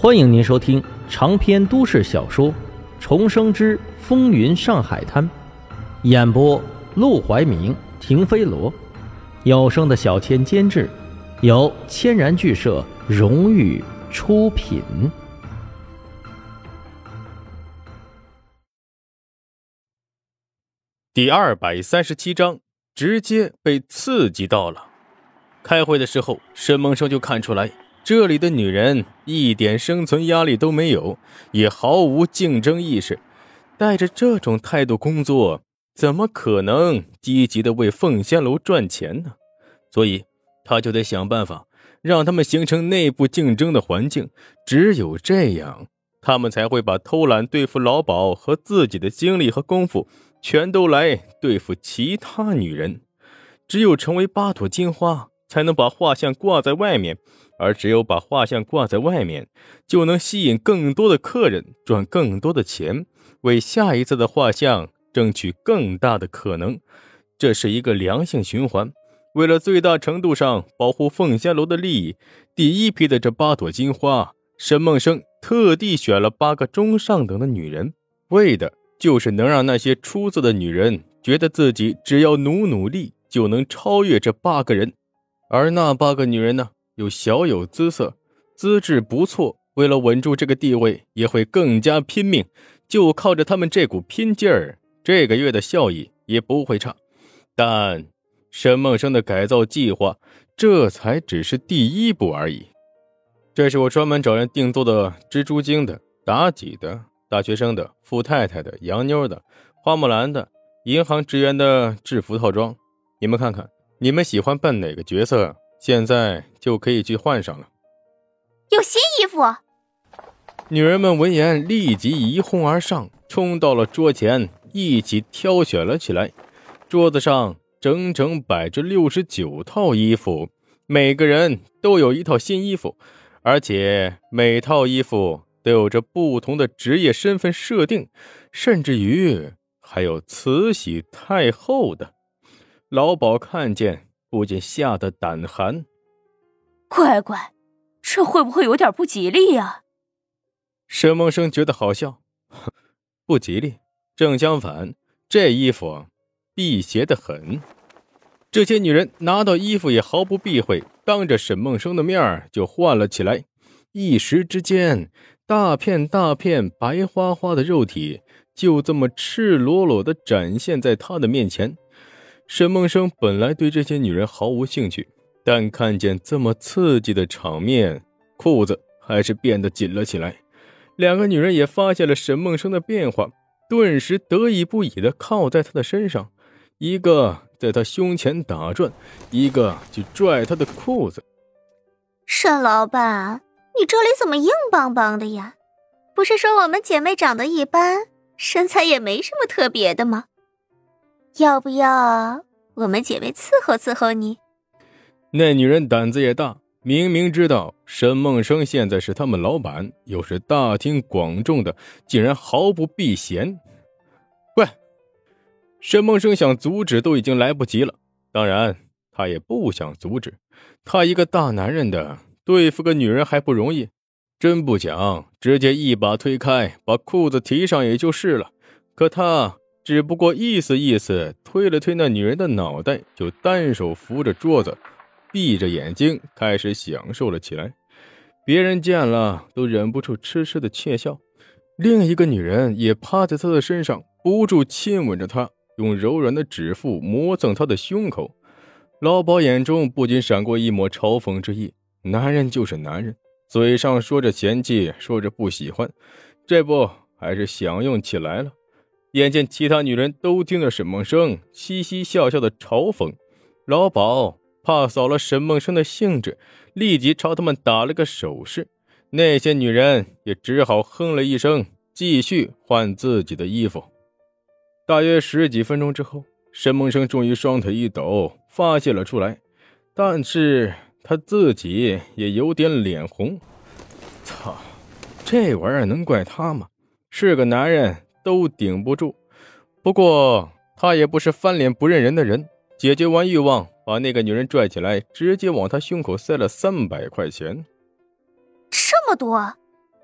欢迎您收听长篇都市小说《重生之风云上海滩》，演播陆怀明、停飞罗，有声的小千监制，由千然剧社荣誉出品。 第237章，直接被刺激到了。开会的时候，沈梦生就看出来，这里的女人一点生存压力都没有，也毫无竞争意识。带着这种态度工作，怎么可能积极的为凤仙楼赚钱呢？所以他就得想办法让他们形成内部竞争的环境，只有这样，他们才会把偷懒对付老鸨和自己的精力和功夫全都来对付其他女人。只有成为八朵金花，才能把画像挂在外面，而只有把画像挂在外面，就能吸引更多的客人，赚更多的钱，为下一次的画像争取更大的可能。这是一个良性循环。为了最大程度上保护凤仙楼的利益，第一批的这8朵金花，沈梦生特地选了8个中上等的女人，为的就是能让那些出色的女人觉得自己只要努力就能超越这8个人。而那8个女人呢，又小有姿色，资质不错，为了稳住这个地位也会更加拼命，就靠着他们这股拼劲儿，这个月的效益也不会差。但沈梦生的改造计划这才只是第一步而已。这是我专门找人定做的蜘蛛精的、妲己的、大学生的、富太太的、洋妞的、花木兰的、银行职员的制服套装，你们看看，你们喜欢扮哪个角色，现在就可以去换上了。 有新衣服！ 女人们闻言立即一哄而上，冲到了桌前，一起挑选了起来。桌子上整整摆着69套衣服，每个人都有一套新衣服，而且每套衣服都有着不同的职业身份设定，甚至于还有慈禧太后的。老鸨看见不禁吓得胆寒。 乖乖，这会不会有点不吉利呀？ 沈梦生觉得好笑，不吉利，正相反，这衣服辟邪得很。这些女人拿到衣服也毫不避讳，当着沈梦生的面就换了起来。一时之间，大片大片白花花的肉体就这么赤裸裸地展现在他的面前。沈梦生本来对这些女人毫无兴趣，但看见这么刺激的场面，裤子还是变得紧了起来。2个女人也发现了沈梦生的变化，顿时得意不已地靠在他的身上，一个在他胸前打转，一个去拽他的裤子。 沈老板，你这里怎么硬邦邦的呀？不是说我们姐妹长得一般，身材也没什么特别的吗？要不要我们姐妹伺候伺候你？ 那女人胆子也大，明明知道沈梦生现在是他们老板，又是大庭广众的，竟然毫不避嫌。喂！沈梦生想阻止都已经来不及了，当然他也不想阻止，他一个大男人的对付个女人还不容易，真不讲直接一把推开，把裤子提上也就是了。可他只不过意思意思推了推那女人的脑袋，就单手扶着桌子，闭着眼睛开始享受了起来。别人见了都忍不住痴痴的窃笑。另一个女人也趴在他的身上，不住亲吻着他，用柔软的指腹磨蹭他的胸口。老鸨眼中不禁闪过一抹嘲讽之意，男人就是男人，嘴上说着嫌弃，说着不喜欢，这不还是享用起来了。眼见其他女人都听了沈梦生嘻嘻笑笑的嘲讽，老鸨怕扫了沈梦生的兴致，立即朝他们打了个手势。那些女人也只好哼了一声，继续换自己的衣服。大约10几分钟之后，沈梦生终于双腿一抖，发泄了出来，但是他自己也有点脸红。操，这玩意儿能怪他吗？是个男人都顶不住。不过他也不是翻脸不认人的人，解决完欲望，把那个女人拽起来，直接往他胸口塞了300块钱。 这么多？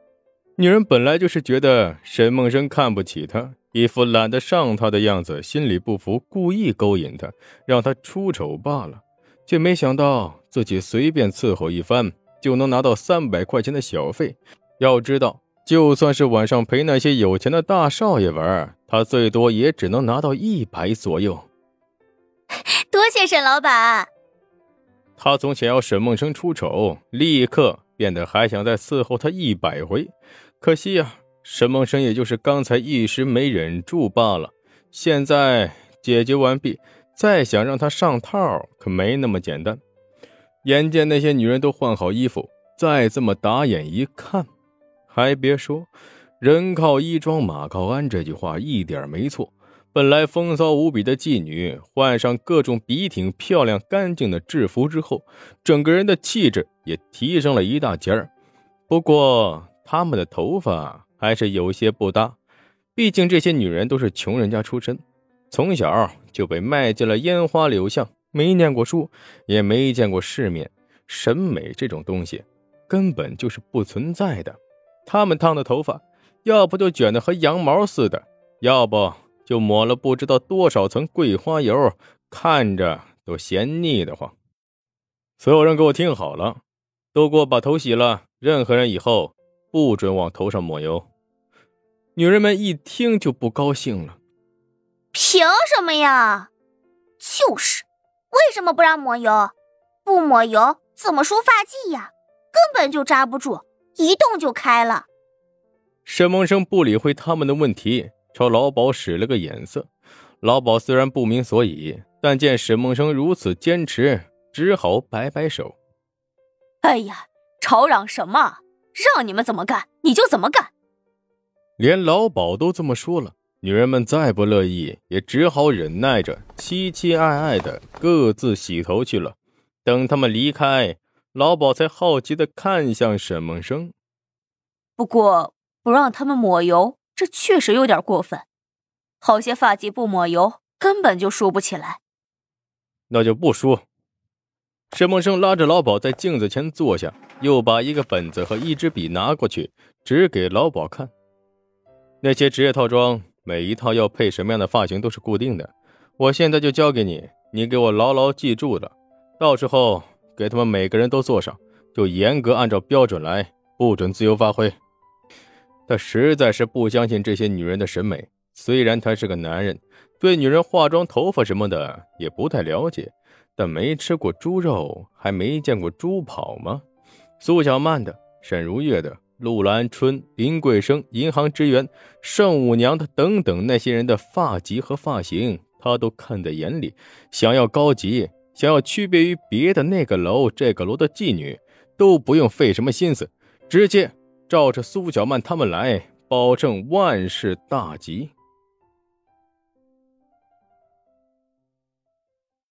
女人本来就是觉得沈梦生看不起她，一副懒得上她的样子，心里不服，故意勾引她，让她出丑罢了，却没想到自己随便伺候一番就能拿到300块钱的小费。要知道，就算是晚上陪那些有钱的大少爷玩，他最多也只能拿到100左右。 多谢沈老板。 他从想要沈梦生出丑，立刻变得还想再伺候他100回。可惜啊，沈梦生也就是刚才一时没忍住罢了。现在解决完毕，再想让他上套可没那么简单。眼见那些女人都换好衣服，再这么打眼一看，还别说，人靠衣装马靠鞍这句话一点没错。本来风骚无比的妓女，换上各种笔挺漂亮干净的制服之后，整个人的气质也提升了一大截儿。不过她们的头发还是有些不搭，毕竟这些女人都是穷人家出身，从小就被卖进了烟花柳巷，没念过书，也没见过世面，审美这种东西根本就是不存在的。她们烫的头发，要不就卷得和羊毛似的，要不就抹了不知道多少层桂花油，看着都嫌腻得慌。所有人给我听好了，都给我把头洗了，任何人以后不准往头上抹油。女人们一听就不高兴了。 凭什么呀？就是，为什么不让抹油？不抹油怎么梳发髻呀？根本就扎不住，一动就开了。 沈梦生不理会他们的问题，朝老鸨使了个眼色。老鸨虽然不明所以，但见沈梦生如此坚持，只好摆摆手。 哎呀，吵嚷什么？让你们怎么干你就怎么干。 连老鸨都这么说了，女人们再不乐意，也只好忍耐着，凄凄爱爱的各自洗头去了。等他们离开，老鸨才好奇地看向沈梦生。 不过不让他们抹油，这确实有点过分。好些发髻不抹油，根本就梳不起来。 那就不梳。沈梦生拉着老鸨在镜子前坐下，又把一个本子和一支笔拿过去，指给老鸨看。那些职业套装，每一套要配什么样的发型都是固定的，我现在就交给你，你给我牢牢记住了，到时候给他们每个人都做上，就严格按照标准来，不准自由发挥。他实在是不相信这些女人的审美，虽然他是个男人，对女人化妆头发什么的也不太了解，但没吃过猪肉还没见过猪跑吗？苏小曼的、沈如月的、陆兰春、林桂生、银行职员、盛五娘的等等那些人的发髻和发型他都看在眼里，想要高级，想要区别于别的那个楼这个楼的妓女，都不用费什么心思，直接照着苏小曼他们来，保证万事大吉。